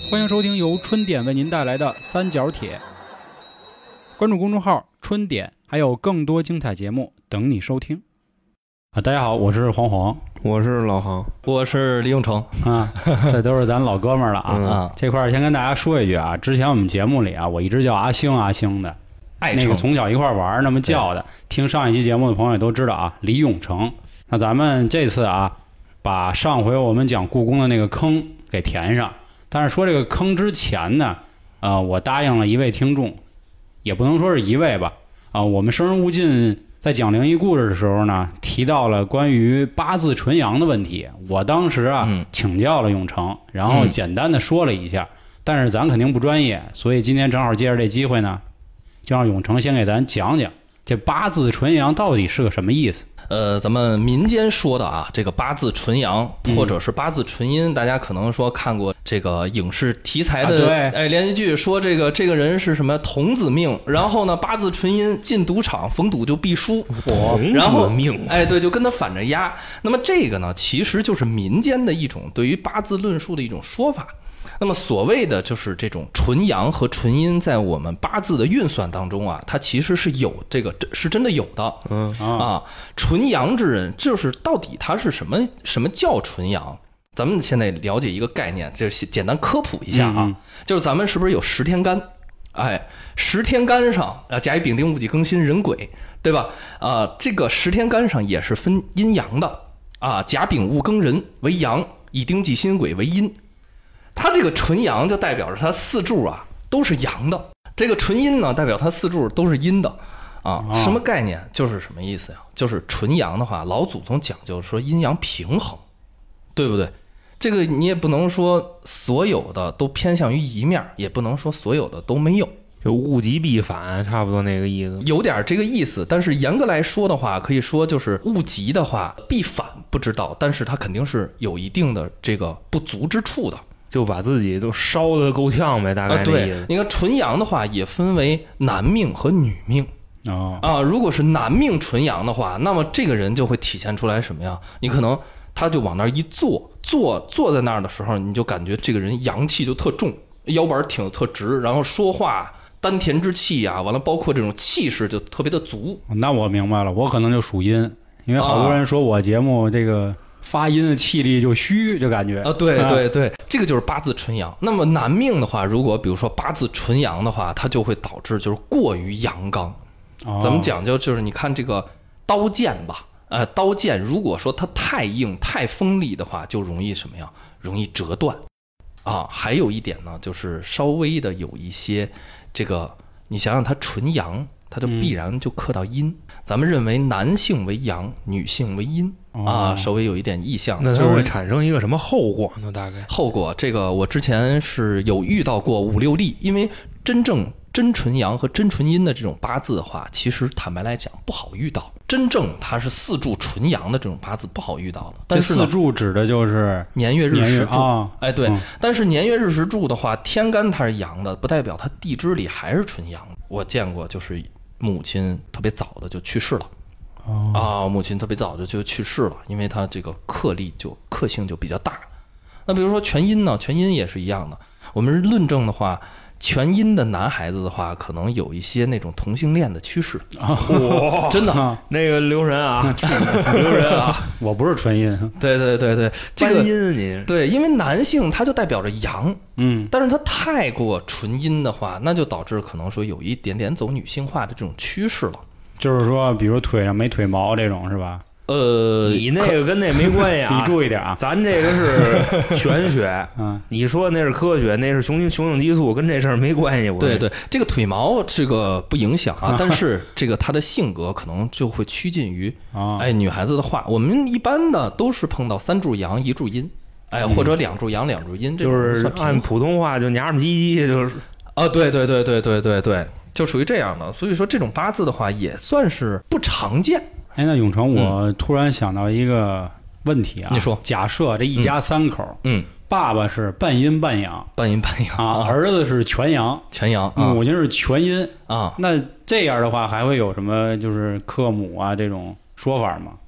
欢迎收听由春点为您带来的三角铁，关注公众号春点，还有更多精彩节目等你收听。大家好，我是黄黄， 我是老杭， 我是李永成啊，这都是咱老哥们儿了啊。这块儿先跟大家说一句啊，之前我们节目里啊，我一直叫阿星的，那个从小一块玩那么叫的，听上一期节目的朋友也都知道啊，李永成。那咱们这次啊，把上回我们讲故宫的那个坑给填上。但是说这个坑之前呢，我答应了一位听众，也不能说是一位吧，我们生人勿近在讲灵异故事的时候呢，提到了关于八字纯阳的问题。我当时请教了永成，然后简单的说了一下，但是咱肯定不专业，所以今天正好借着这机会呢，就让永成先给咱讲讲这八字纯阳到底是个什么意思。 咱们民间说的啊，这个八字纯阳或者是八字纯阴，大家可能说看过这个影视题材的连续剧，说这个人是什么童子命，然后呢八字纯阴进赌场逢赌就必输，然后对，就跟他反着压。那么这个呢，其实就是民间的一种对于八字论述的一种说法。那么所谓的就是这种纯阳和纯阴，在我们八字的运算当中啊，它其实是有这个是真的有的。纯阳之人，就是到底他是什么叫纯阳？咱们现在了解一个概念，就是简单科普一下啊，就是咱们是不是有10天干？10天干上甲乙丙丁戊己庚辛壬癸，对吧？这个10天干上也是分阴阳的啊，甲丙戊庚壬为阳，乙丁己辛癸为阴。它这个纯阳就代表着它四柱啊都是阳的，这个纯阴呢代表它四柱都是阴的啊。什么概念？就是什么意思呀？就是纯阳的话，老祖宗讲究说阴阳平衡，对不对？这个你也不能说所有的都偏向于一面，也不能说所有的都没有， 就物极必反，差不多那个意思， 有点这个意思。但是严格来说的话，可以说就是物极的话必反不知道，但是它肯定是有一定的这个不足之处的。 就把自己都烧得够呛呗，大概那意思。 对，你看纯阳的话也分为男命和女命。如果是男命纯阳的话，那么这个人就会体现出来什么呀？你可能他就往那儿一坐在那儿的时候，你就感觉这个人阳气就特重，腰板挺得特直，然后说话丹田之气啊，完了包括这种气势就特别的足。 那我明白了，我可能就属阴，因为好多人说我节目这个发音的气力就虚，就感觉对，这个就是八字纯阳。那么男命的话，如果比如说八字纯阳的话，它就会导致就是过于阳刚。咱们讲究就是你看这个刀剑吧，刀剑如果说它太硬太锋利的话，就容易什么呀？容易折断啊。还有一点呢，就是稍微的有一些这个，你想想它纯阳，它就必然就克到阴。咱们认为男性为阳，女性为阴稍微有一点异象。 那它会产生一个什么后果呢？大概后果这个我之前是有遇到过5、6例，因为真纯阳和真纯阴的这种八字的话，其实坦白来讲不好遇到。真正它是4柱纯阳的这种八字不好遇到的。但是这4柱指的就是年月日时柱对。但是年月日时柱的话，天干它是阳的，不代表它地支里还是纯阳。我见过就是母亲特别早的就去世了。母亲特别早的就去世了，因为她这个克性就比较大。那比如说全阴呢，全阴也是一样的。我们论证的话，全阴的男孩子的话，可能有一些那种同性恋的趋势。真的， 那个留神啊，留神啊！ 我不是纯阴。 对，这个阴你对，因为男性他就代表着阳，但是他太过纯阴的话，那就导致可能说有一点点走女性化的这种趋势了。 就是说，比如腿上没腿毛这种是吧？ 你那个跟那没关系啊， 你注意点啊。 咱这个是玄学，你说那是科学，那是雄性激素，跟这事儿没关系。 对，这个腿毛这个不影响啊，但是这个他的性格可能就会趋近于女孩子的话，我们一般的都是碰到3柱阳1柱阴，或者2柱阳2柱阴， 就是按普通话就娘们唧唧，就是对，就属于这样的。所以说这种八字的话也算是不常见。 那永成，我突然想到一个问题啊， 你说， 假设这一家3口，爸爸是半阴半阳，儿子是全阳，母亲是全阴那这样的话还会有什么就是克母啊这种说法吗？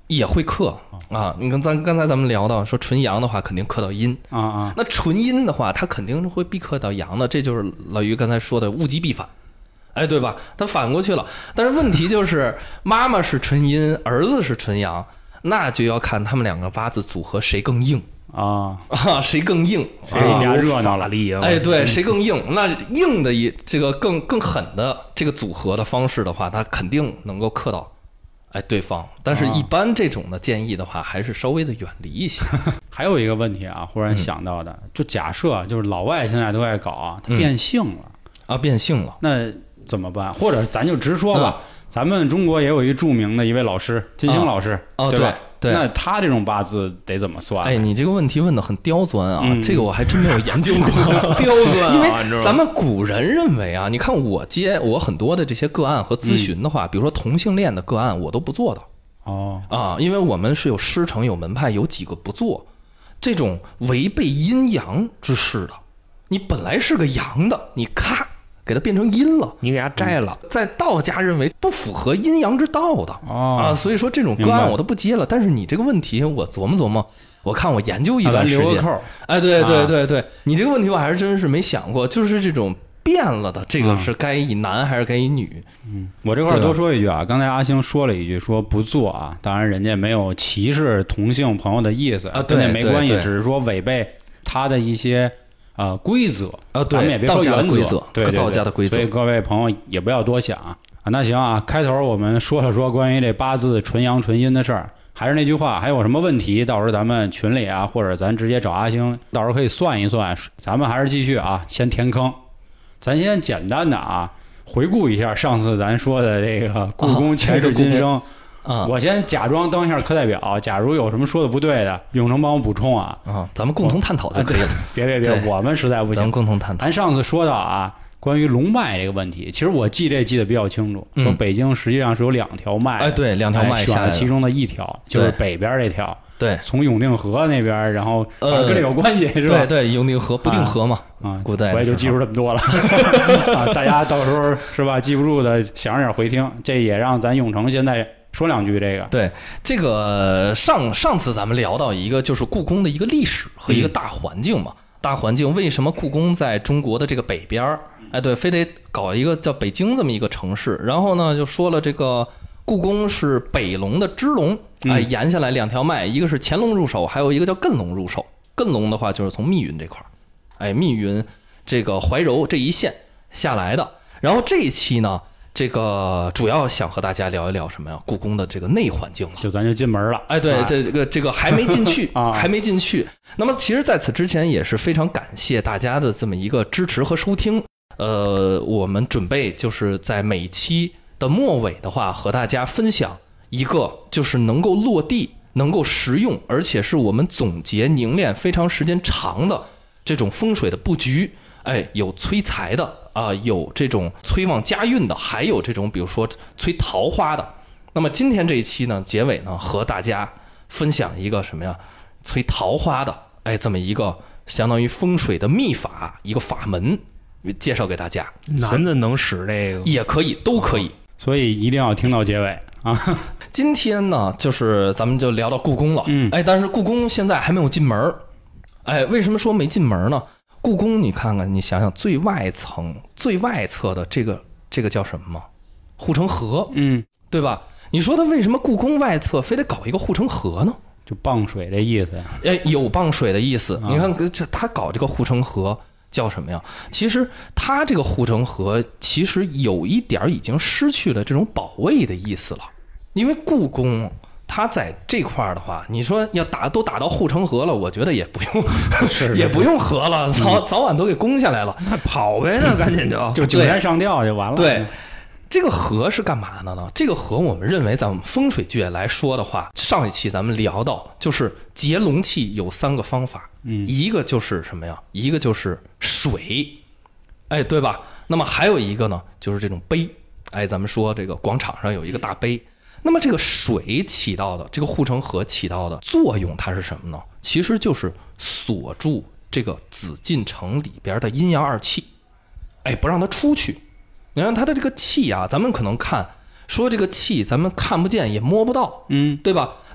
也会克啊。你看刚才咱们聊到说纯阳的话，肯定克到阴啊。 那纯阴的话，它肯定会必克到阳的，这就是老于刚才说的物极必反，哎，对吧？它反过去了。但是问题就是妈妈是纯阴，儿子是纯阳，那就要看他们两个八字组合谁更硬谁更硬， 谁家热闹了力哎，对，谁更硬？那硬的这个更狠的这个组合的方式的话，它肯定能够克到对方。但是一般这种的建议的话，还是稍微的远离一些。 还有一个问题啊，忽然想到的，就假设就是老外现在都爱搞啊，他变性了变性了， 那怎么办？或者咱就直说吧，咱们中国也有一著名的一位老师，金星老师，对吧？ 对， 那他这种八字得怎么算？ 哎，你这个问题问得很刁钻啊，这个我还真没有研究过。 刁钻， 因为咱们古人认为啊，你看我很多的这些个案和咨询的话，比如说同性恋的个案，我都不做的。因为我们是有师承、有门派，有几个不做这种违背阴阳之事的。你本来是个阳的，你咔给它变成阴了， 你给它摘了， 在道家认为不符合阴阳之道的所以说这种个案我都不接了。但是你这个问题我琢磨琢磨，我看我研究一段时间， 留个扣。 哎，对，你这个问题我还是真是没想过，就是这种变了的，这个是该以男还是该以女？ 我这块多说一句啊，刚才阿星说了一句说不做啊，当然人家没有歧视同性朋友的意思跟那没关系，只是说违背他的一些规则咱们也别说原则，对道家的规则， 所以各位朋友也不要多想那行啊，开头我们说了说关于这八字纯阳纯阴的事儿，还是那句话，还有什么问题，到时候咱们群里啊，或者咱直接找阿星，到时候可以算一算。咱们还是继续啊，先填坑。咱先简单的回顾一下上次咱说的这个故宫前世今生。我先假装当一下课代表，假如有什么说的不对的，永成帮我补充咱们共同探讨就可以了。 别，我们实在不行， 咱们共同探讨。 咱上次说到关于龙脉这个问题，其实我记得比较清楚，说北京实际上是有2条脉， 对，2条脉选了其中的一条，就是北边这条， 对， 从永定河那边，然后跟这有关系是吧？ 对，永定河不定河嘛，古代我也就记住这么多了大家到时候是吧，记不住的想着点回听，这也让咱永成现在说两句这个。 对，这个上次咱们聊到一个就是故宫的一个历史和一个大环境嘛，大环境为什么故宫在中国的这个北边对，非得搞一个叫北京这么一个城市，然后呢就说了这个故宫是北龙的支龙沿下来2条脉，一个是乾隆入手，还有一个叫艮龙入手。艮龙的话就是从密云这块密云这个怀柔这一线下来的。然后这一期呢，这个主要想和大家聊一聊什么呀？故宫的这个内环境了， 就咱就进门了。 对，这个还没进去还没进去。那么其实在此之前也是非常感谢大家的这么一个支持和收听。我们准备就是在每期的末尾的话，和大家分享一个就是能够落地、能够实用，而且是我们总结凝练非常时间长的这种风水的布局。有催财的有这种催旺家运的，还有这种比如说催桃花的。那么今天这一期呢，结尾呢和大家分享一个什么呀？催桃花的，这么一个相当于风水的秘法，一个法门。介绍给大家， 男的能使这个也可以，都可以， 所以一定要听到结尾今天呢，就是咱们就聊到故宫了，但是故宫现在还没有进门，为什么说没进门呢？故宫你看看，你想想最外层、最外侧的这个叫什么吗？护城河，对吧？你说他为什么故宫外侧非得搞一个护城河呢？ 就傍水这意思呀？ 有傍水的意思。你看，他搞这个护城河。叫什么呀？其实它这个护城河其实有一点已经失去了这种保卫的意思了，因为故宫它在这块的话，你说要都打到护城河了，我觉得也不用也不用河了，早晚都给攻下来了， 那跑呗，那赶紧就景山上吊就完了。 对，这个河是干嘛的呢？这个河我们认为咱们风水界来说的话，上一期咱们聊到就是结龙气有3个方法，一个就是什么呀？一个就是水，对吧？那么还有一个呢，就是这种碑，咱们说这个广场上有一个大碑。那么这个水起到的，这个护城河起到的作用，它是什么呢？其实就是锁住这个紫禁城里边的阴阳2气，不让它出去。你看它的这个气咱们可能看说这个气咱们看不见也摸不到，对吧？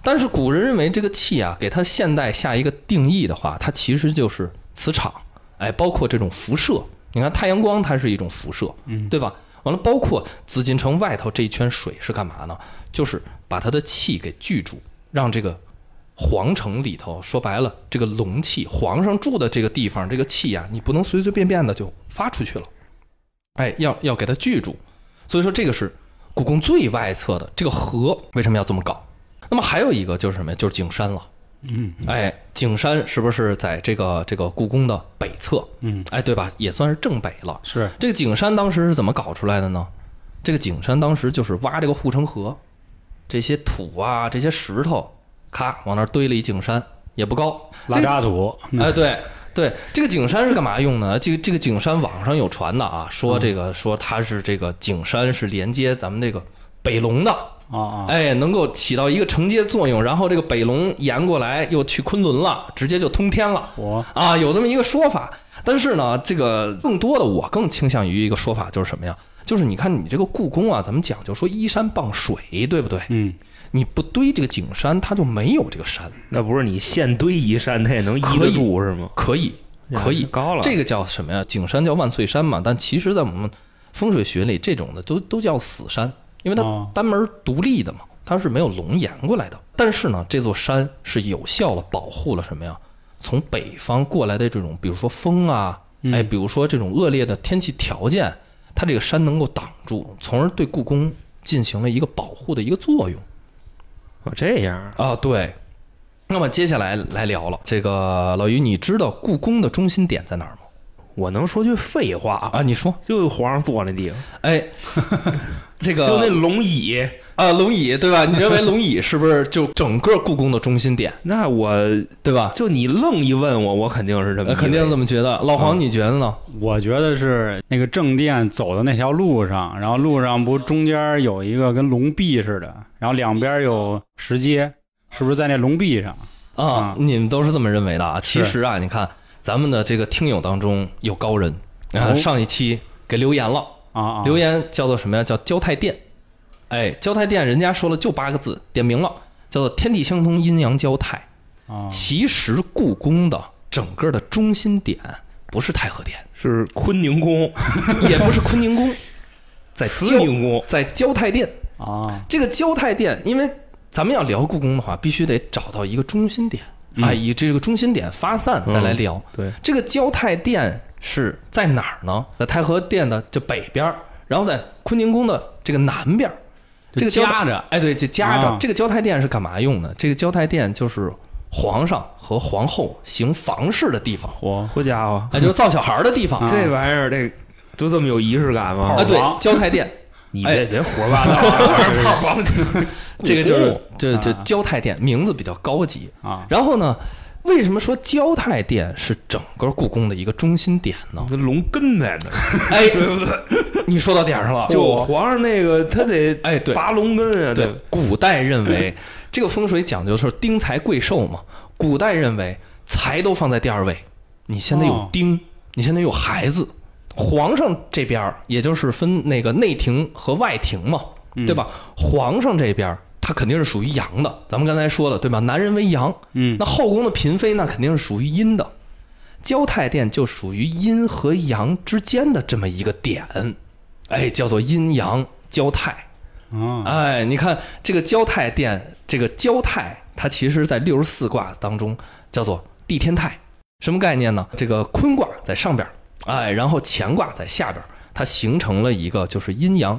但是古人认为这个气啊，给它现代下一个定义的话，它其实就是磁场，包括这种辐射。你看太阳光它是一种辐射，对吧？完了，包括紫禁城外头这一圈水是干嘛呢？就是把它的气给聚住，让这个皇城里头，说白了，这个龙气，皇上住的这个地方，这个气啊，你不能随随便便的就发出去了，要给它聚住。所以说这个是故宫最外侧的这个河，为什么要这么搞？那么还有一个就是什么呀？就是景山了。景山是不是在这个故宫的北侧？对吧？也算是正北了。 是这个景山当时是怎么搞出来的呢？这个景山当时就是挖这个护城河，这些土啊，这些石头，咔往那堆了一景山，也不高， 拉渣土。 对，这个景山是干嘛用呢？这个景山网上有传的啊，说说它是这个景山是连接咱们这个北龙的。能够起到一个承接作用，然后这个北龙沿过来又去昆仑了，直接就通天了。有这么一个说法。但是呢，这个更多的我更倾向于一个说法，就是什么呀？就是你看你这个故宫啊，咱们讲究说依山傍水，对不对？你不堆这个景山，它就没有这个山。 那不是你现堆一山，它也能依得住是吗？ 可以， 高了。 这个叫什么呀？景山叫万岁山嘛，但其实在我们风水学里，这种的都叫死山。因为它单门独立的嘛，它是没有龙沿过来的。但是呢，这座山是有效的保护了什么呀？从北方过来的这种，比如说风啊，比如说这种恶劣的天气条件，它这个山能够挡住，从而对故宫进行了一个保护的一个作用。 这样啊，对。那么接下来来聊了，这个老于，你知道故宫的中心点在哪儿吗？ 我能说句废话啊？你说， 就皇上坐那地方。 这个就那龙椅啊，龙椅对吧？你认为龙椅是不是就整个故宫的中心点？ 那我对吧？ 就你愣一问我，我肯定是这么肯定这么觉得。老黄，你觉得呢？ 我觉得是那个正殿走的那条路上，然后路上不中间有一个跟龙壁似的，然后两边有石阶，是不是在那龙壁上啊？你们都是这么认为的啊？其实啊，你看咱们的这个听友当中有高人啊，上一期给留言了。留言叫做什么呀？叫交太殿。交太殿人家说了就8个字，点名了，叫做天地相通，阴阳交泰。其实故宫的整个的中心点不是太和殿， 是坤宁宫， 也不是坤宁宫，在慈宁宫， 在交太殿。这个交太殿，因为咱们要聊故宫的话，必须得找到一个中心点以这个中心点发散再来聊。 对， 这个交太殿是在哪儿呢？在太和殿的这北边，然后在坤宁宫的这个南边，这个夹着。 对，就夹着。这个交太殿是干嘛用的？这个交太殿就是皇上和皇后行房事的地方。 好家伙， 就是造小孩的地方。 这玩意儿，这就这么有仪式感吗？ 对，交太殿。 你别胡说八道，泡这个就是交太殿，名字比较高级啊。 然后呢，为什么说交太殿是整个故宫的一个中心点呢？ 那龙根在那儿，对不对？你说到点上了。 就皇上那个，他得对拔龙根啊。 对，古代认为这个风水讲究是丁财贵寿嘛。古代认为财都放在第2位，你现在有丁，你现在有孩子。皇上这边也就是分那个内廷和外廷嘛，对吧？皇上这边他肯定是属于阳的，咱们刚才说的对吧？男人为阳，那后宫的嫔妃那肯定是属于阴的。交太殿就属于阴和阳之间的这么一个点，叫做阴阳交泰。你看这个交太殿，这个交泰，它其实在64卦当中叫做地天泰，什么概念呢？这个坤卦在上边。然后乾卦在下边，它形成了一个就是阴阳，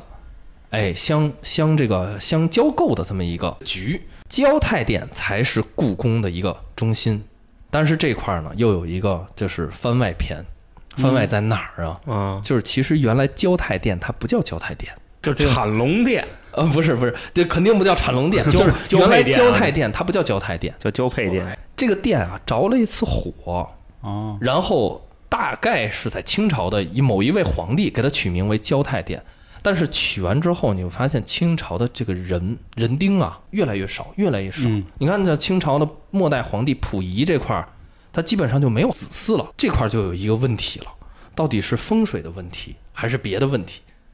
相交构的这么一个局。交太殿才是故宫的一个中心，但是这块呢又有一个就是番外篇。番外在哪儿啊？就是其实原来交太殿它不叫交太殿， 叫产龙殿。 不是，这肯定不叫产龙殿，就是原来交太殿它不叫交太殿， 叫交配殿。 这个殿啊着了一次火，然后。大概是在清朝的某一位皇帝给他取名为交太殿，但是取完之后，你会发现清朝的这个人丁啊越来越少，越来越少。你看这清朝的末代皇帝溥仪这块，他基本上就没有子嗣了，这块就有一个问题了，到底是风水的问题还是别的问题？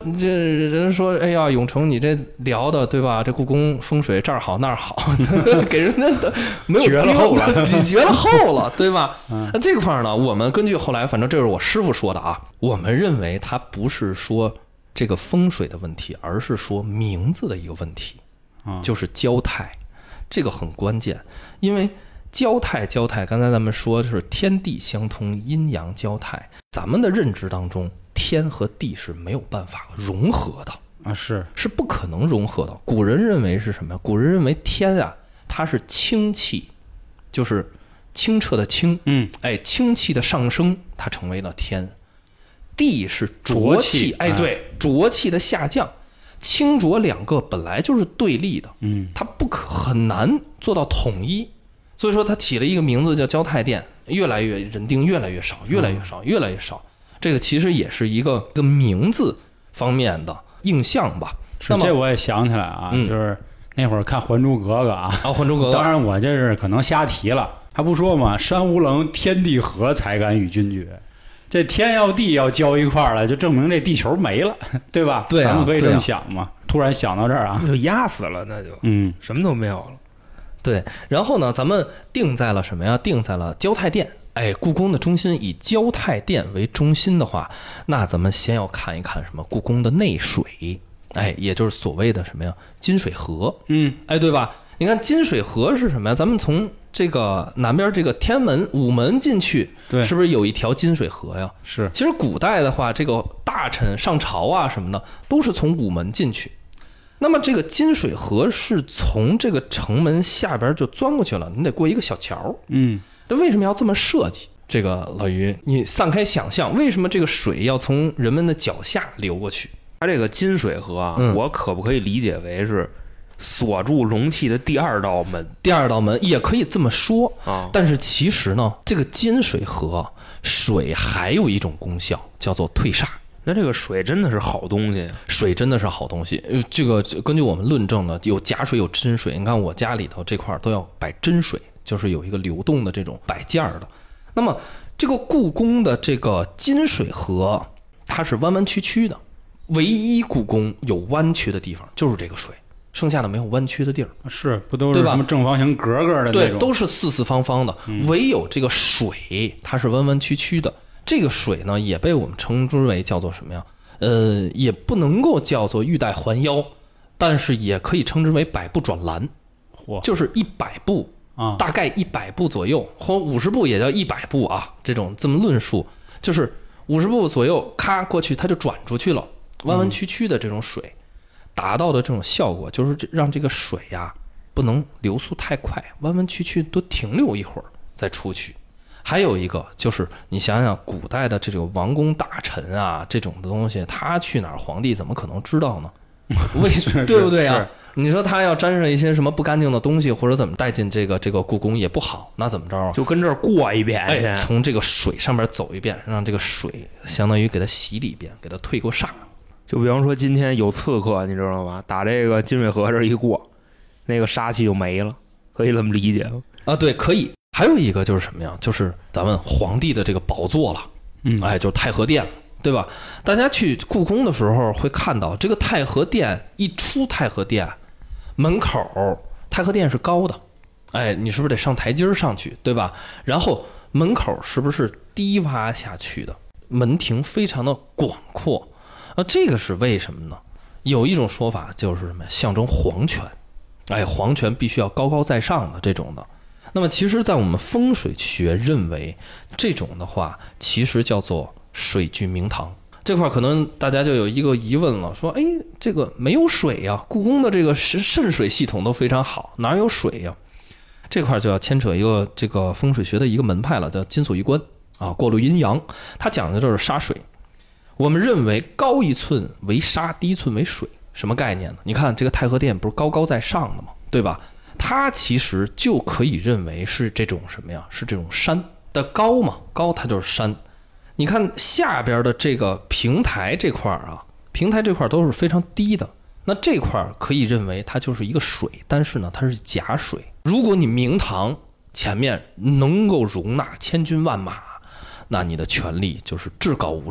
这人说，哎呀，永成你这聊的对吧？这故宫风水这儿好那儿好，给人家的没有绝了后了， 绝了后了，对吧？那这块呢，我们根据后来，反正这是我师傅说的啊，我们认为它不是说这个风水的问题，而是说名字的一个问题，就是交泰，这个很关键，因为交泰，刚才咱们说的是天地相通，阴阳交泰，咱们的认知当中，天和地是没有办法融合的啊，是不可能融合的。古人认为是什么呀？古人认为天啊，它是清气，就是清澈的清，清气的上升，它成为了天。地是浊气，对，浊气的下降。清浊两个本来就是对立的，它很难做到统一。所以说他起了一个名字叫交泰殿，越来越人丁越来越少，越来越少。这个其实也是一个名字方面的印象吧。 这我也想起来啊，就是那会儿看《还珠格格》啊， 《还珠格格》。 当然我这是可能瞎提了，还不说嘛，山无棱，天地合，才敢与君绝。这天要地要交一块了，就证明这地球没了，对吧？ 对啊， 咱们可以这么想嘛。突然想到这儿啊， 就压死了，那就什么都没有了。 对，然后呢，咱们定在了什么呀？定在了交泰殿。故宫的中心以交泰殿为中心的话，那咱们先要看一看什么？故宫的内水，也就是所谓的什么呀？金水河。对吧？你看金水河是什么呀？咱们从这个南边这个天安门午门进去， 对， 是不是有一条金水河呀？ 是。 其实古代的话，这个大臣上朝啊什么的，都是从午门进去。那么这个金水河是从这个城门下边就钻过去了，你得过一个小桥。那为什么要这么设计？这个老于，你散开想象，为什么这个水要从人们的脚下流过去？ 它这个金水河啊，我可不可以理解为是锁住容器的第二道门？ 第二道门也可以这么说啊。但是其实呢，这个金水河水还有一种功效，叫做退煞。 那这个水真的是好东西， 水真的是好东西。这个根据我们论证呢，有假水有真水。你看我家里头这块都要摆真水，就是有一个流动的这种摆件的。那么这个故宫的这个金水河，它是弯弯曲曲的，唯一故宫有弯曲的地方就是这个水，剩下的没有弯曲的地儿。 是不都是什么正方形格格的那种？ 对，都是四四方方的，唯有这个水它是弯弯曲曲的。这个水呢，也被我们称之为叫做什么呀？也不能够叫做玉带环腰，但是也可以称之为百步转栏，就是100步啊，大概100步左右，或50步也叫100步啊。这么论述，就是50步左右，咔过去它就转出去了，弯弯曲曲的这种水，达到的这种效果就是让这个水呀不能流速太快，弯弯曲曲多停留一会儿再出去。还有一个就是你想想古代的这种王公大臣啊，这种的东西他去哪儿，皇帝怎么可能知道呢？为什么？对不对啊？你说他要沾上一些什么不干净的东西，或者怎么带进这个故宫也不好，那怎么着？ 就跟这儿过一遍， 从这个水上面走一遍，让这个水相当于给它洗礼一遍，给它退过煞。 就比方说今天有刺客，你知道吧？打这个金水河这一过，那个杀气就没了，可以这么理解吗？ 啊，对，可以。还有一个就是什么呀？就是咱们皇帝的这个宝座了，就是太和殿了，对吧？大家去故宫的时候会看到，这个太和殿一出太和殿门口，太和殿是高的，你是不是得上台阶上去，对吧？然后门口是不是低洼下去的？门庭非常的广阔，这个是为什么呢？有一种说法就是什么呀？象征皇权，皇权必须要高高在上的这种的。那么其实在我们风水学认为，这种的话其实叫做水聚明堂。这块可能大家就有一个疑问了，说这个没有水呀，故宫的这个渗水系统都非常好，哪有水呀？这块就要牵扯一个这个风水学的一个门派了，叫金锁玉观啊，过滤阴阳。它讲的就是沙水。我们认为高1寸为沙，低1寸为水，什么概念呢？你看这个太和殿不是高高在上的吗？对吧？它其实就可以认为是这种什么呀？是这种山的高嘛，高它就是山。你看下边的这个平台这块啊，平台这块都是非常低的，那这块可以认为它就是一个水，但是呢它是假水。如果你明堂前面能够容纳千军万马，那你的权力就是至高无上的。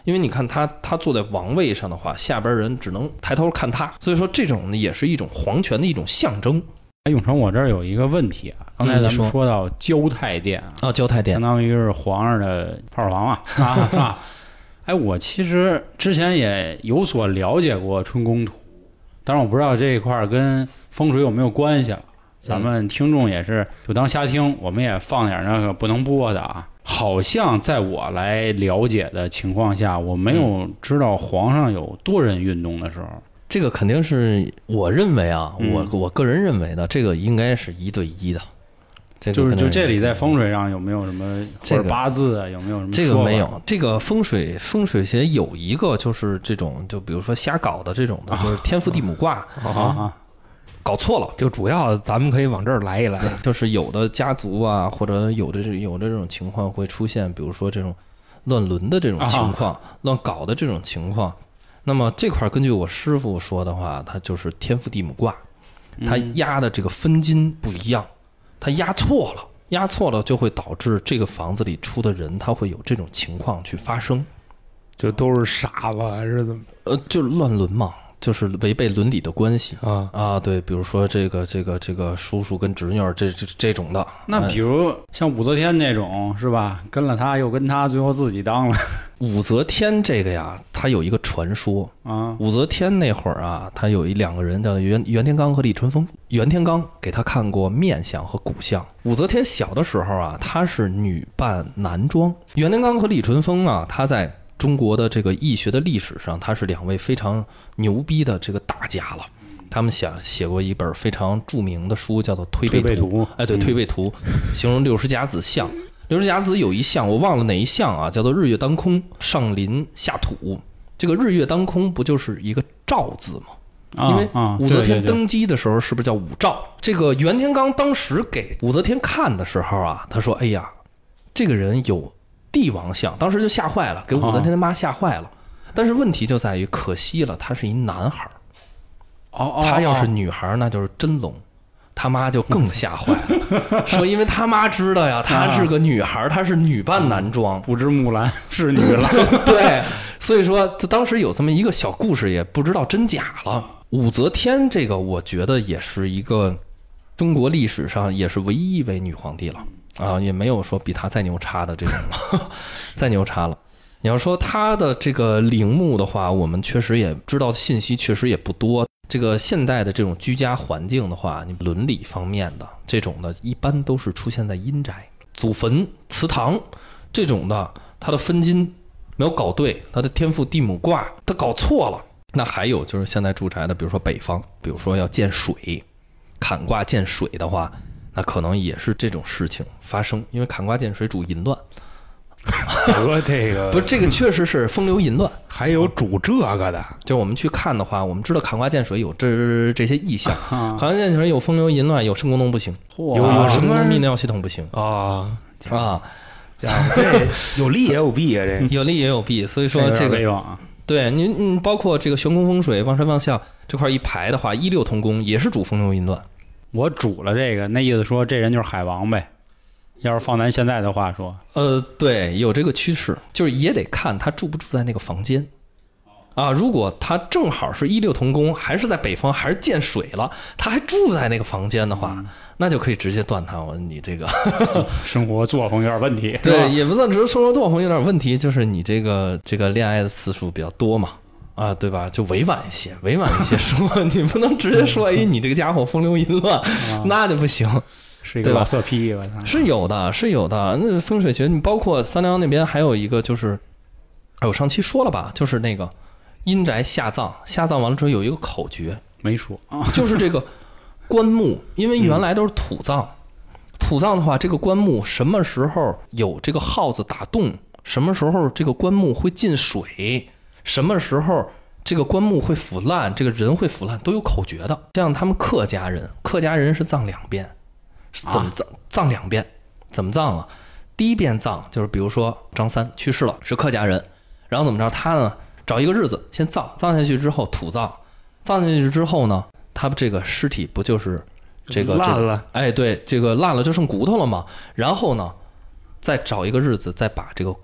因为你看他坐在王位上的话，下边人只能抬头看他，所以说这种呢也是一种皇权的一种象征。 永成，我这儿有一个问题啊，刚才咱们说到交泰殿啊，交泰殿相当于是皇上的炮房啊。哎，我其实之前也有所了解过春宫图，当然我不知道这一块跟风水有没有关系了。咱们听众也是就当瞎听，我们也放点那个不能播的啊。好像在我来了解的情况下，我没有知道皇上有多人运动的时候。 这个肯定是我认为啊，我个人认为的，这个应该是1对1的。 就这里在风水上有没有什么或者八字啊，有没有什么？ 这个没有，这个风水学有一个就是这种，就比如说瞎搞的这种的，就是天父地母卦搞错了。 就主要咱们可以往这儿来一来， 就是有的家族啊，或者有的这种情况会出现，比如说这种乱伦的这种情况，乱搞的这种情况。那么这块根据我师傅说的话，它就是天父地母卦，它压的这个分金不一样。他压错了就会导致这个房子里出的人他会有这种情况去发生， 就都是傻子还是怎么？ 就是乱伦嘛，就是违背伦理的关系啊，对，比如说这个叔叔跟侄女这种的。 那比如像武则天那种是吧？跟了他又跟他，最后自己当了。 武则天这个呀，他有一个传说啊。 武则天那会儿啊，他有2个人叫袁天罡和李淳风。袁天罡给他看过面相和骨相。武则天小的时候啊，她是女扮男装。袁天罡和李淳风啊，他在中国的这个易学的历史上，他是2位非常牛逼的这个大家了。他们写过一本非常著名的书，叫做《推背图》。哎，对，《推背图》形容60甲子相。60甲子有一项我忘了哪一项啊，叫做日月当空，上临下土。这个日月当空不就是一个兆字吗？因为武则天登基的时候是不是叫武曌？这个袁天罡当时给武则天看的时候啊，他说：“哎呀，这个人有帝王相。”当时就吓坏了，给武则天的妈吓坏了。但是问题就在于，可惜了，他是一男孩。他要是女孩，那就是真龙。他妈就更吓坏了，说因为他妈知道呀，她是个女孩，她是女扮男装， 不知木兰是女郎。 对，所以说当时有这么一个小故事，也不知道真假了。武则天这个，我觉得也是一个中国历史上也是唯一一位女皇帝了啊，也没有说比她再牛叉的这种了，再牛叉了。你要说她的这个陵墓的话，我们确实也知道信息确实也不多。这个现代的这种居家环境的话，你伦理方面的这种的，一般都是出现在阴宅、祖坟、祠堂这种的，它的分金没有搞对，它的天父地母卦它搞错了。那还有就是现在住宅的，比如说北方，比如说要见水，坎卦见水的话，那可能也是这种事情发生，因为坎卦见水主淫乱。 得这个不是这个确实是风流淫乱， 还有主这个的， 就我们去看的话，我们知道坎卦见水有这些意象，坎卦见水有风流淫乱，有肾功能不行，有肾功能泌尿系统不行啊， 这有利也有弊啊，这有利也有弊，所以说这个对您包括这个悬空风水、旺山旺相这块一排的话，16同宫也是主风流淫乱。 我主了这个，那意思说这人就是海王呗。要是放咱现在的话说， 对，有这个趋势，就是也得看他住不住在那个房间啊。如果他正好是16同宫，还是在北方，还是见水了，他还住在那个房间的话，那就可以直接断他。你这个生活作风有点问题， 对，也不算只是生活作风有点问题，就是你这个恋爱的次数比较多嘛，啊，对吧？就委婉一些说，你不能直接说，哎，你这个家伙风流淫乱，那就不行。 是一个老色批，我操！ 是有的。那风水学，你包括三辽那边还有一个，就是我上期说了吧，就是那个阴宅下葬完了之后有一个口诀， 没说啊， 就是这个棺木，因为原来都是土葬，土葬的话，这个棺木什么时候有这个耗子打洞，什么时候这个棺木会进水，什么时候这个棺木会腐烂，这个人会腐烂，都有口诀的。像他们客家人是葬2遍。怎么葬2遍？怎么葬啊？第一遍葬就是比如说张三去世了，是客家人，然后怎么着？他呢找一个日子先葬下去之后土葬下去之后呢，他这个尸体不就是这个烂了？ 哎，对，这个烂了就剩骨头了嘛。然后呢，再找一个日子再把这个棺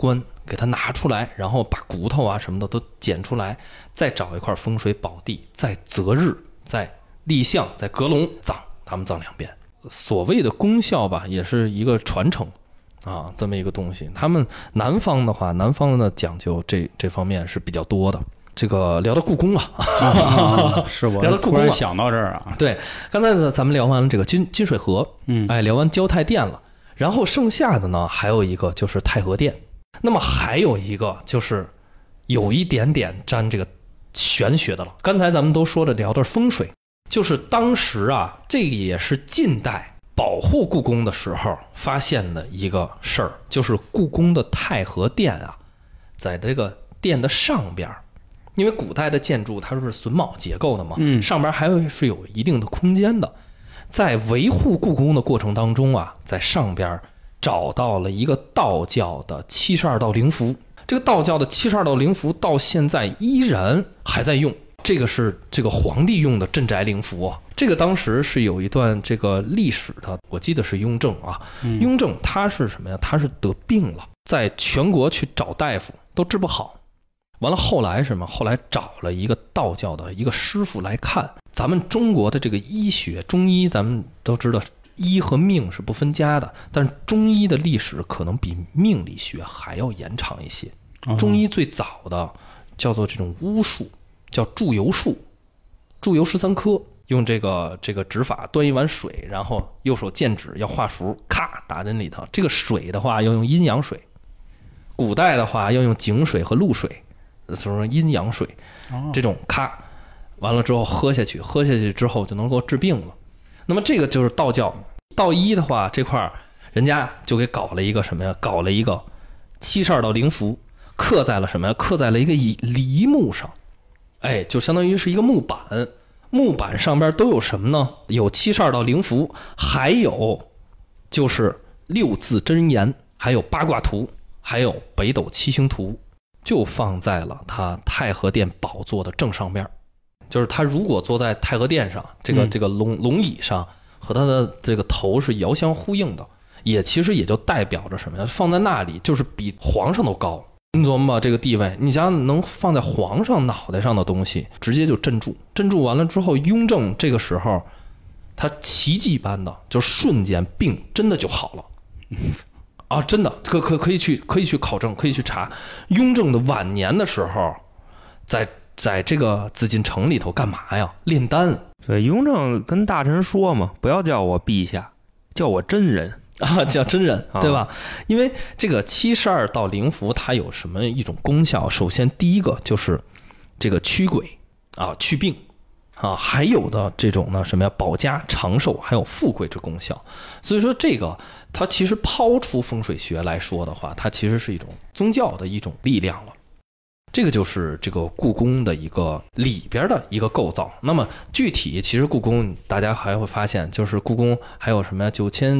给它拿出来，然后把骨头啊什么的都捡出来，再找一块风水宝地，在择日，在立项，在阁龙葬，他们葬2遍。所谓的功效吧，也是一个传承啊，这么一个东西。他们南方的话，南方的讲究这方面是比较多的。这个聊到故宫了， 是我聊到故宫了， 想到这儿啊。 对，刚才咱们聊完了这个金水河，聊完交泰殿了，然后剩下的呢还有一个就是太和殿。那么还有一个就是有一点点沾这个玄学的了。刚才咱们都说了聊的风水，就是当时啊，这个也是近代保护故宫的时候发现的一个事儿，就是故宫的太和殿啊，在这个殿的上边。因为古代的建筑它是榫卯结构的嘛，上边还是有一定的空间的。在维护故宫的过程当中啊，在上边找到了一个道教的72道灵符。这个道教的72道灵符到现在依然还在用，这个是这个皇帝用的镇宅灵符啊。这个当时是有一段这个历史的，我记得是雍正啊。雍正他是什么呀？他是得病了，在全国去找大夫都治不好。完了，后来什么？后来找了一个道教的一个师傅来看。咱们中国的这个医学，中医咱们都知道，医和命是不分家的，但是中医的历史可能比命理学还要延长一些。中医最早的叫做这种巫术，叫祝由术，祝由13颗，用这个指法，端一碗水，然后右手剑指要画符，咔打进里头。这个水的话要用阴阳水，古代的话要用井水和露水。就是阴阳水，这种咔完了之后喝下去之后就能够治病了。那么这个就是道教。道医的话，这块人家就给搞了一个什么呀？搞了一个72道灵符，刻在了什么呀？刻在了一个梨木上，就相当于是一个木板。木板上边都有什么呢？有72道灵符，还有就是6字真言，还有八卦图，还有北斗七星图。就放在了他太和殿宝座的正上边。就是他如果坐在太和殿上，这个龙椅上，和他的这个头是遥相呼应的，其实也就代表着什么呀？放在那里就是比皇上都高。你琢磨吧，这个地位，你想想能放在皇上脑袋上的东西，直接就镇住完了之后，雍正这个时候他奇迹般的就瞬间病真的就好了。啊，真的可以去考证，可以去查。雍正的晚年的时候，在这个紫禁城里头干嘛呀？炼丹。 对，雍正跟大臣说嘛，不要叫我陛下，叫我真人啊，叫真人，对吧？因为这个72道灵符它有什么一种功效？首先第一个就是这个驱鬼啊，祛病。还有的这种呢，什么呀？保家长寿，还有富贵之功效。所以说，这个它其实抛出风水学来说的话，它其实是一种宗教的一种力量了。这个就是这个故宫的一个里边的一个构造。那么具体，其实故宫大家还会发现，就是故宫还有什么呀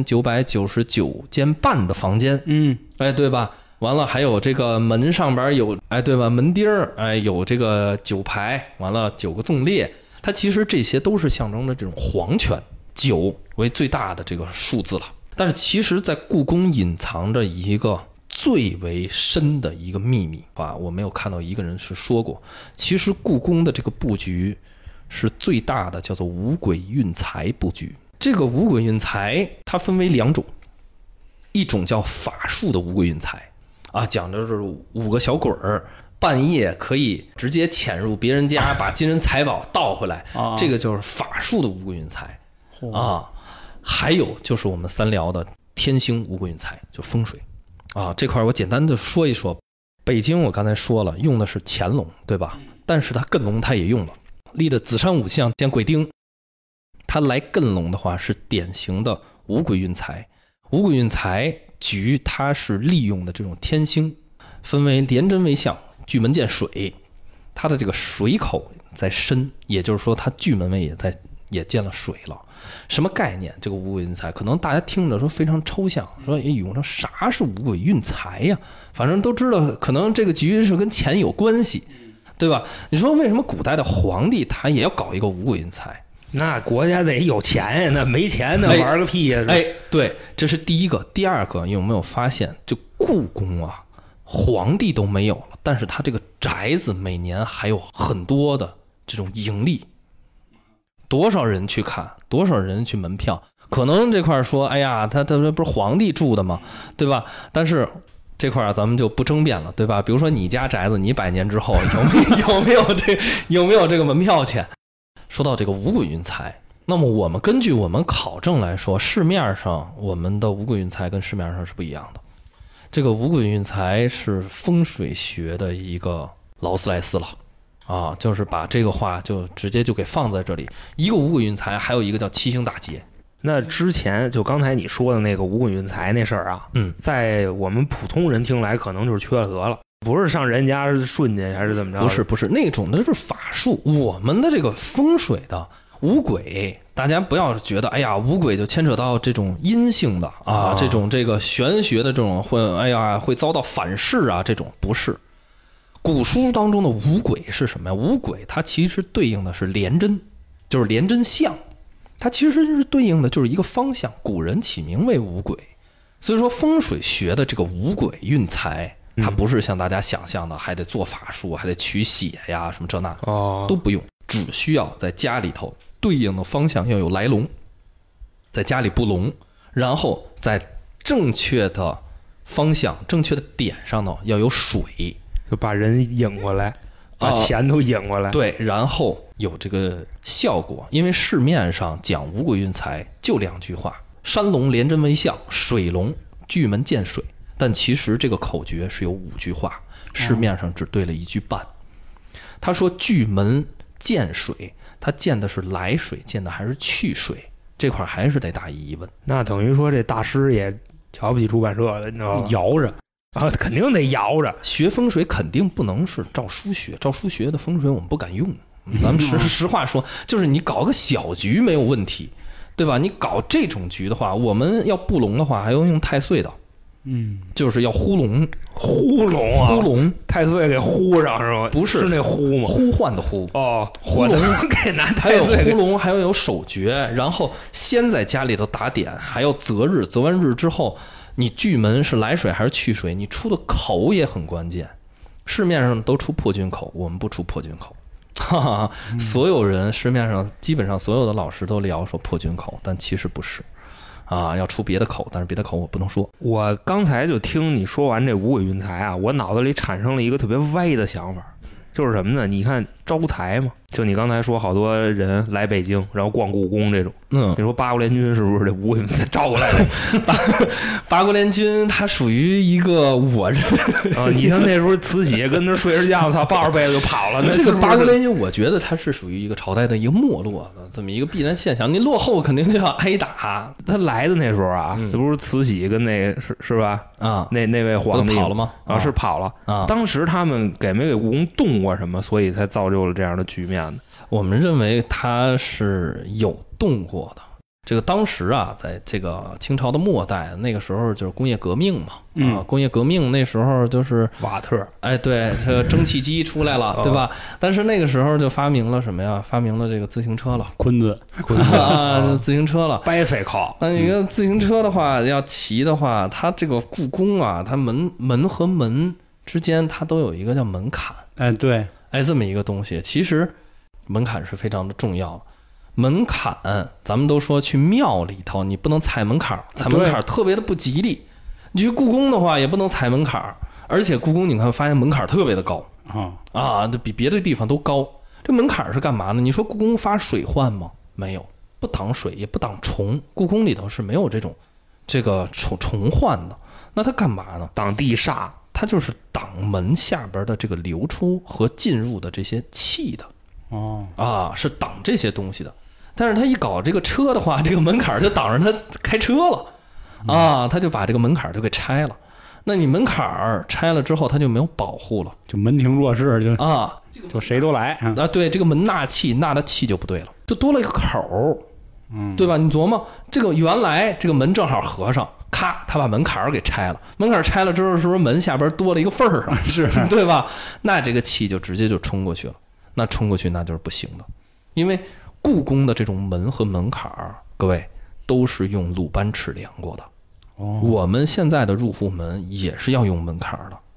？9999间半的房间，对吧？完了还有这个门上边有，对吧？门钉有这个9排，完了9个纵列。它其实这些都是象征着这种皇权，9为最大的这个数字了。但是其实在故宫隐藏着一个最为深的一个秘密啊，我没有看到一个人是说过，其实故宫的这个布局是最大的，叫做五鬼运财布局。这个五鬼运财它分为2种，一种叫法术的五鬼运财啊，讲的是5个小鬼儿半夜可以直接潜入别人家，把金银财宝盗回来，这个就是法术的五鬼运财啊。还有就是我们3聊的天星五鬼运财，就风水啊。这块我简单的说一说。北京我刚才说了，用的是乾隆，对吧？但是它艮龙它也用了，立的紫山五象见鬼丁，它来艮龙的话是典型的五鬼运财。五鬼运财局它是利用的这种天星，分为廉贞为相，巨门见水，它的这个水口在深，也就是说它巨门位也见了水了。什么概念？这个五鬼运财可能大家听着说非常抽象，说永生啥是五鬼运财呀？反正都知道，可能这个局是跟钱有关系，对吧？你说为什么古代的皇帝他也要搞一个五鬼运财？ 那国家得有钱呀，那没钱那玩个屁呀！ 对，这是第一个。第二个，有没有发现，就故宫啊， 皇帝都没有了，但是他这个宅子每年还有很多的这种盈利，多少人去看，多少人去门票。可能这块说，哎呀，他不是皇帝住的吗？对吧？但是这块咱们就不争辩了，对吧？比如说你家宅子，你100年之后有没有这个门票钱？说到这个五鬼运财，那么我们根据我们考证来说，市面上我们的五鬼运财跟市面上是不一样的。这个五鬼运财是风水学的一个劳斯莱斯了啊，就是把这个话就直接就给放在这里。一个五鬼运财，还有一个叫七星大劫。 那之前就刚才你说的那个五鬼运财那事儿啊，在我们普通人听来可能就是缺了德了，不是上人家顺去还是怎么着？ 不是那种的就是法术。我们的这个风水的五鬼，大家不要觉得哎呀五鬼就牵扯到这种阴性的啊，这种这个玄学的这种会遭到反噬啊，这种不是。古书当中的五鬼是什么呀？五鬼它其实对应的是廉贞，就是廉贞相。它其实是对应的就是一个方向，古人起名为五鬼，所以说风水学的这个五鬼运财，它不是像大家想象的还得做法术，还得取血呀什么这那都不用，只需要在家里头对应的方向要有来龙，在家里布龙，然后在正确的方向、正确的点上呢要有水， 就把人引过来。把钱都引过来， 对，然后有这个效果。因为市面上讲五鬼运财就2句话：山龙廉贞为相，水龙巨门见水。但其实这个口诀是有5句话，市面上只对了1句半。他说巨门见水，他见的是来水，见的还是去水？这块还是得打疑问。 那等于说这大师也瞧不起出版社的，你知道吗？ 摇着。 啊，肯定得摇着。 学风水肯定不能是照书学，照书学的风水我们不敢用。咱们实话说，就是你搞个小局没有问题，对吧？你搞这种局的话，我们要布龙的话，还要用太岁的，就是要呼龙， 呼龙，太岁给呼上是吗？ 不是， 是那呼吗？ 呼唤的呼哦， 呼龙给拿太岁，还有呼龙，还要有手诀，然后先在家里头打点，还要择日，择完日之后。你巨门是来水还是去水？你出的口也很关键。市面上都出破军口，我们不出破军口。哈哈，所有人市面上基本上所有的老师都聊说破军口，但其实不是啊，要出别的口，但是别的口我不能说。 我刚才就听你说完这五鬼运财啊，我脑子里产生了一个特别歪的想法，就是什么呢？你看招财嘛，就你刚才说好多人来北京，然后逛故宫这种，你说八国联军是不是这五鬼运财招过来的？ 八国联军它属于一个我认啊，你像那时候慈禧跟那睡着觉，操，抱着被子就跑了。那这个八国联军，我觉得它是属于一个朝代的一个没落的这么一个必然现象。你落后肯定就要挨打。 他来的那时候啊，这不是慈禧跟那是吧？啊，那位皇帝跑了吗？ 啊，是跑了啊。当时他们给没给故宫动过什么，所以才造就了这样的局面的。 我们认为他是有动过的。这个当时啊，在这个清朝的末代，那个时候就是工业革命嘛，工业革命那时候就是瓦特， 哎，对，这个蒸汽机出来了，对吧？但是那个时候就发明了什么呀？发明了这个自行车了， 坤子啊，自行车了， 掰飞靠。 那一个自行车的话，要骑的话，它这个故宫啊，它门和门之间，它都有一个叫门槛， 哎，对， 哎，这么一个东西，其实门槛是非常的重要的。门槛，咱们都说去庙里头，你不能踩门槛，踩门槛特别的不吉利。你去故宫的话，也不能踩门槛，而且故宫你看发现门槛特别的高啊，这比别的地方都高。这门槛是干嘛呢？你说故宫发水患吗？没有，不挡水也不挡虫，故宫里头是没有这个虫患的。那它干嘛呢？ 挡地煞， 它就是挡门下边的这个流出和进入的这些气的。是挡这些东西的。但是他一搞这个车的话，这个门槛就挡着他开车了啊，他就把这个门槛就给拆了。那你门槛拆了之后，他就没有保护了， 就门庭若市，就谁都来啊。对，这个门纳气，纳的气就不对了，就多了一个口，对吧？你琢磨，这个原来这个门正好合上，咔，他把门槛给拆了，门槛拆了之后，是不是门下边多了一个缝儿啊？ 是， 对吧？那这个气就直接就冲过去了，那冲过去那就是不行的，因为故宫的这种门和门槛，各位都是用鲁班尺量过的。我们现在的入户门也是要用门槛的，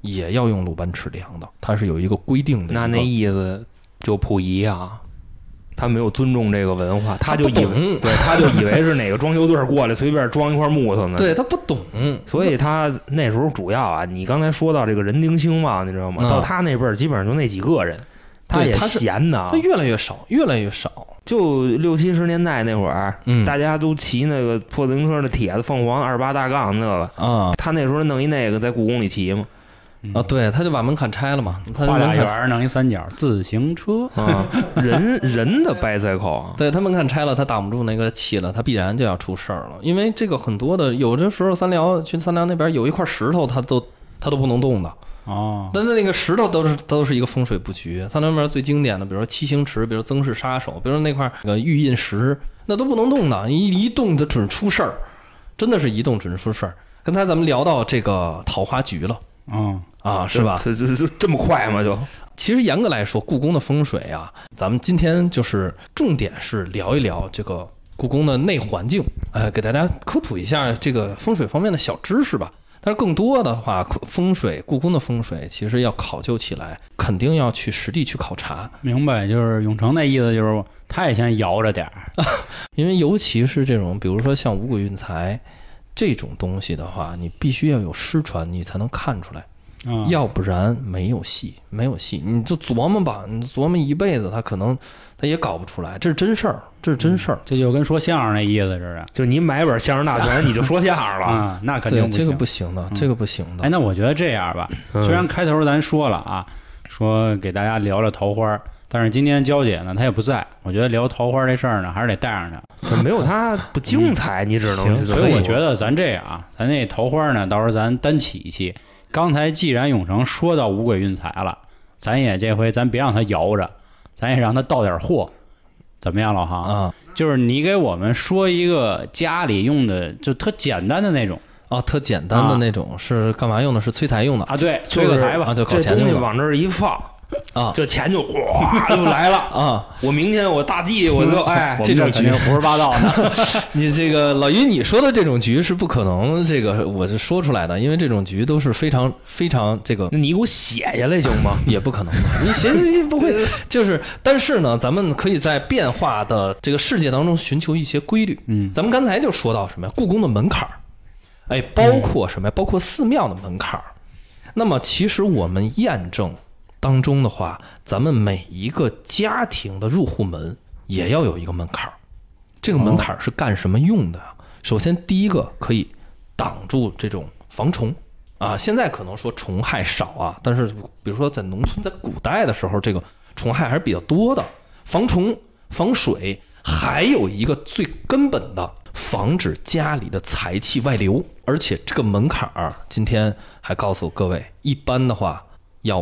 也要用鲁班尺量的，它是有一个规定的。 那意思就溥仪啊，他没有尊重这个文化，他就以为他就以为是哪个装修队过来随便装一块木头呢。 对，他不懂， 所以他那时候主要啊，你刚才说到这个人丁兴旺，你知道吗？到他那辈儿基本上就那几个人，他也闲的， 他越来越少，越来越少。 就60、70年代那会儿，大家都骑那个破自行车的铁的凤凰28大杠那个啊， 他那时候弄一那个在故宫里骑嘛。 啊，对，他就把门槛拆了嘛， 画俩圆弄一三角自行车啊，人的bicycle， 对，他门槛拆了，他挡不住那个气了，他必然就要出事儿了。因为这个很多的，有的时候去三辽那边有一块石头，他都不能动的哦。 但是那个石头都是一个风水布局。三辽那边最经典的，比如说七星池，比如曾氏杀手，比如说那块玉印石，那都不能动的，一动就准出事儿，真的是一动准出事儿。刚才咱们聊到这个桃花局了，是吧？ 这么快吗？就其实严格来说，故宫的风水啊，咱们今天就是重点是聊一聊这个故宫的内环境，给大家科普一下这个风水方面的小知识吧。但是更多的话，故宫的风水其实要考究起来，肯定要去实地去考察。 明白，就是永成那意思，就是他也先摇着点儿， 因为尤其是这种，比如说像五鬼运财这种东西的话，你必须要有失传，你才能看出来。要不然没有戏，你就琢磨吧，你琢磨一辈子，他也搞不出来，这是真事儿，这就跟说相声那意思似的， 就是你买本相声大全，你就说相声了啊，那肯定不行， 这个不行的，这个不行的。 那我觉得这样吧，虽然开头咱说了啊，说给大家聊聊桃花，但是今天娇姐呢她也不在，我觉得聊桃花这事儿呢还是得带上她， 没有她不精彩，你只能所以我觉得咱这样啊，咱那桃花呢，到时候咱单起一期。刚才既然永成说到五鬼运财了，咱也这回咱别让他摇着，咱也让他到点货，怎么样，老杭啊？ 就是你给我们说一个家里用的就特简单的那种特简单的那种是干嘛用的？是催财用的啊？对，催个财吧， 就搞钱用的。往这儿一放。这钱就哗就来了啊！ 我明天我大忌我就这种局胡说八道的。 你这个老于你说的这种局是不可能，这个我是说出来的，因为这种局都是非常非常这个。 你给我写下来行吗？ 也不可能的，你写不会。但是呢，咱们可以在变化的这个世界当中寻求一些规律。咱们刚才就说到什么呀？故宫的门槛包括什么呀？包括寺庙的门槛。那么其实我们验证当中的话，咱们每一个家庭的入户门也要有一个门槛。这个门槛是干什么用的？首先第一个可以挡住这种防虫啊。现在可能说虫害少啊，但是比如说在农村，在古代的时候，这个虫害还是比较多的。防虫、防水，还有一个最根本的，防止家里的财气外流。而且这个门槛今天还告诉各位，一般的话要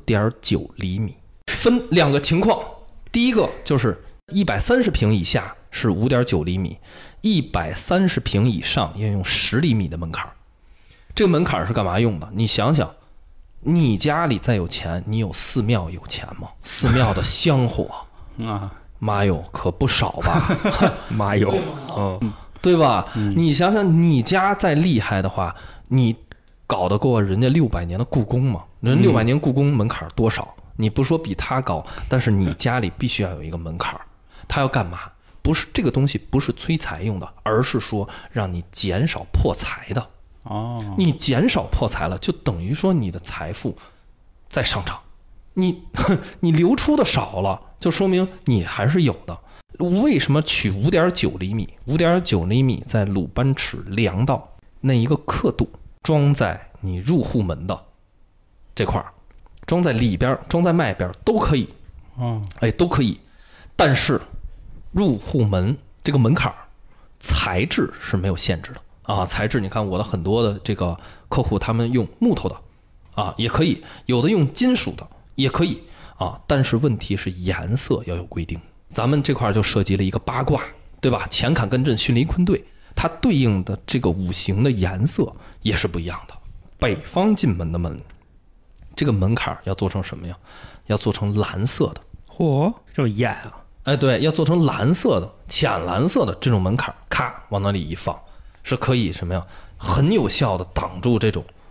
5.9厘米，分两个情况。第一个就是130平以下是5.9厘米，130平以上要用10厘米的门槛。这个门槛是干嘛用的？你想想，你家里再有钱，你有寺庙有钱吗？寺庙的香火啊， 妈哟，可不少吧？ 妈哟， 对吧？你想想，你家再厉害的话，你搞得过人家600年的故宫吗？人600年故宫门槛多少？你不说比他高，但是你家里必须要有一个门槛。他要干嘛？不是这个东西不是催财用的，而是说让你减少破财的。你减少破财了，就等于说你的财富在上涨，你流出的少了，就说明你还是有的。为什么取5.9厘米？5.9厘米在鲁班尺量到那一个刻度，装在你入户门的这块，装在里边，装在外边都可以。都可以。但是入户门这个门槛材质是没有限制的啊。材质你看我的很多的这个客户，他们用木头的啊也可以，有的用金属的也可以啊。但是问题是颜色要有规定。咱们这块就涉及了一个八卦，对吧？乾坎艮震巽离坤兑，它对应的这个五行的颜色也是不一样的。北方进门的门，这个门槛要做成什么呀？要做成蓝色的。 嚯，这么艳啊！ 对，要做成蓝色的、浅蓝色的这种门槛，咔往那里一放，是可以什么呀？很有效的挡住这种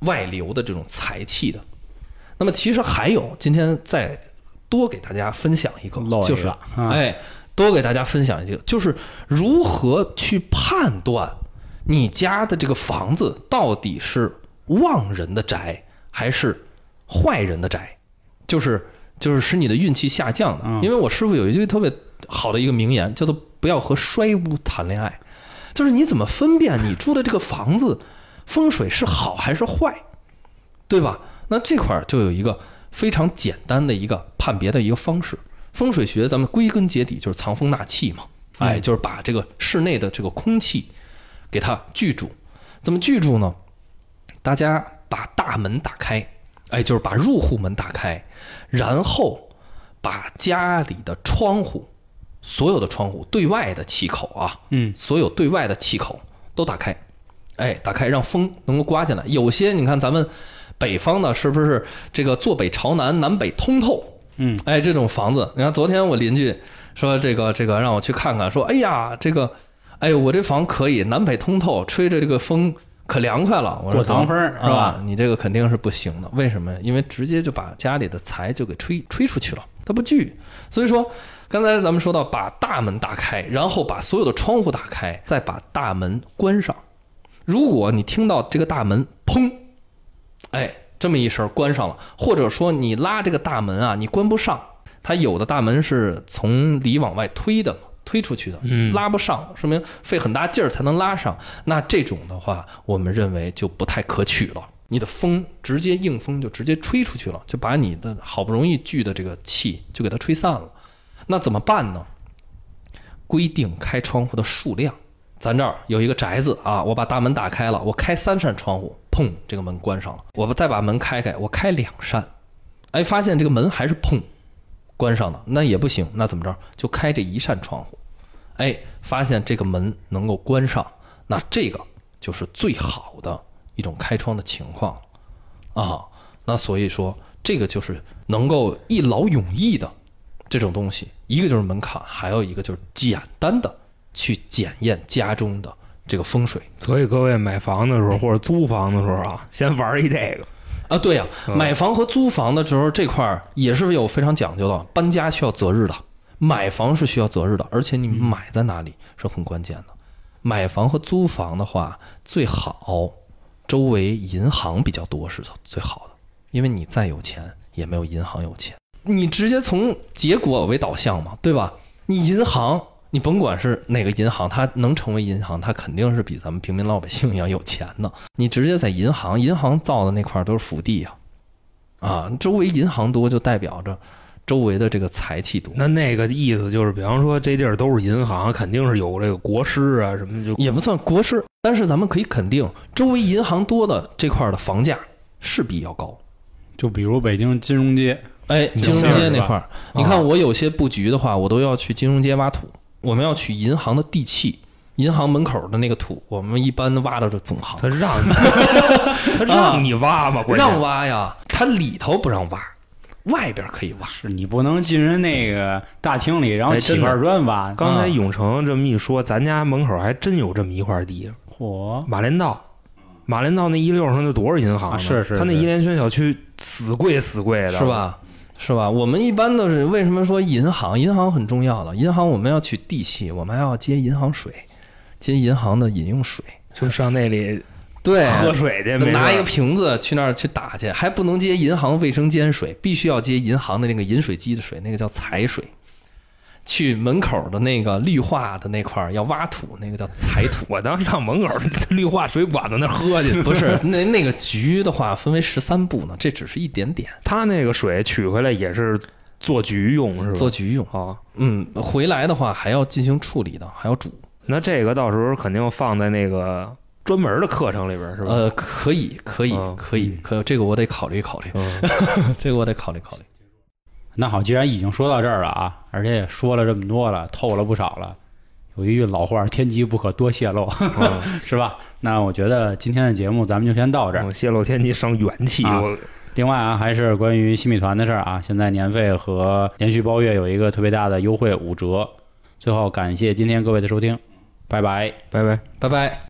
外流的这种财气的。那么其实还有，今天再多给大家分享一个，就是多给大家分享一个，就是如何去判断你家的这个房子到底是旺人的宅还是坏人的宅，就是使你的运气下降的。因为我师傅有一句特别好的一个名言，叫做不要和衰屋谈恋爱，就是你怎么分辨你住的这个房子风水是好还是坏，对吧？那这块就有一个非常简单的一个判别的一个方式。风水学咱们归根结底就是藏风纳气嘛，就是把这个室内的这个空气给它聚住。怎么聚住呢？大家把大门打开，就是把入户门打开，然后把家里的窗户，所有的窗户对外的气口啊，所有对外的气口都打开，打开让风能够刮进来。有些你看咱们北方的是不是这个坐北朝南，南北通透？这种房子，你看昨天我邻居说这个让我去看看，说我这房可以南北通透，吹着这个风可凉快了。我说过堂风是吧？ 你这个肯定是不行的，为什么？因为直接就把家里的财就给吹出去了，它不聚。所以说刚才咱们说到把大门打开，然后把所有的窗户打开，再把大门关上。如果你听到这个大门砰，这么一声关上了，或者说你拉这个大门啊，你关不上，它有的大门是从里往外推的，推出去的，拉不上，说明费很大劲儿才能拉上。那这种的话，我们认为就不太可取了。你的风直接硬风就直接吹出去了，就把你的好不容易聚的这个气就给它吹散了。那怎么办呢？规定开窗户的数量。咱这儿有一个宅子啊，我把大门打开了，我开3扇窗户，砰，这个门关上了。我再把门开开，我开2扇，发现这个门还是砰关上的，那也不行，那怎么着？就开这1扇窗户，发现这个门能够关上，那这个就是最好的一种开窗的情况啊。那所以说，这个就是能够一劳永逸的这种东西。一个就是门槛，还有一个就是简单的去检验家中的这个风水。 所以各位买房的时候或者租房的时候啊，先玩这个啊。对呀，买房和租房的时候这块也是有非常讲究的。搬家需要择日的，买房是需要择日的，而且你买在哪里是很关键的。买房和租房的话，最好周围银行比较多是最好的，因为你再有钱也没有银行有钱。你直接从结果为导向嘛，对吧？你银行，你甭管是哪个银行，它能成为银行，它肯定是比咱们平民老百姓要有钱的。你直接在银行造的那块都是福地啊，周围银行多就代表着周围的这个财气多。 那个意思就是，比方说这地儿都是银行，肯定是有这个国师啊什么，就也不算国师，但是咱们可以肯定，周围银行多的这块的房价势必要高。 就比如北京金融街。 金融街那块儿，你看我有些布局的话，我都要去金融街挖土。我们要取银行的地契，银行门口的那个土，我们一般挖到这总行。 他让你挖吗？ 让挖呀，他里头不让挖，外边可以挖。 是你不能进人那个大厅里，然后起块砖挖。 刚才永成这么一说，咱家门口还真有这么一块地。马连道那一溜上就多少银行？ 是他那颐联轩小区死贵的， 是吧？我们一般都是为什么说银行很重要的？银行我们要取地契，我们还要接银行水，接银行的饮用水， 就上那里对喝水去， 拿一个瓶子去那儿去打去，还不能接银行卫生间水，必须要接银行的那个饮水机的水，那个叫财水。去门口的那个绿化的那块要挖土，那个叫财土。 我当时上门口绿化水管子那喝去， 不是那个局的话分为13步呢，这只是一点点。 他那个水取回来也是做局用是吧？ 做局用啊， 回来的话还要进行处理的，还要煮。 那这个到时候肯定放在那个专门的课程里边是吧？ 可以，这个我得考虑考虑，这个我得考虑考虑。 那好，既然已经说到这儿了啊，而且也说了这么多了，透了不少了，有一句老话，天机不可多泄露，是吧？那我觉得今天的节目咱们就先到这儿。 泄露天机伤元气。 另外啊，还是关于新米团的事儿啊，现在年费和连续包月有一个特别大的优惠5折。最后感谢今天各位的收听，拜拜， 拜拜， 拜拜。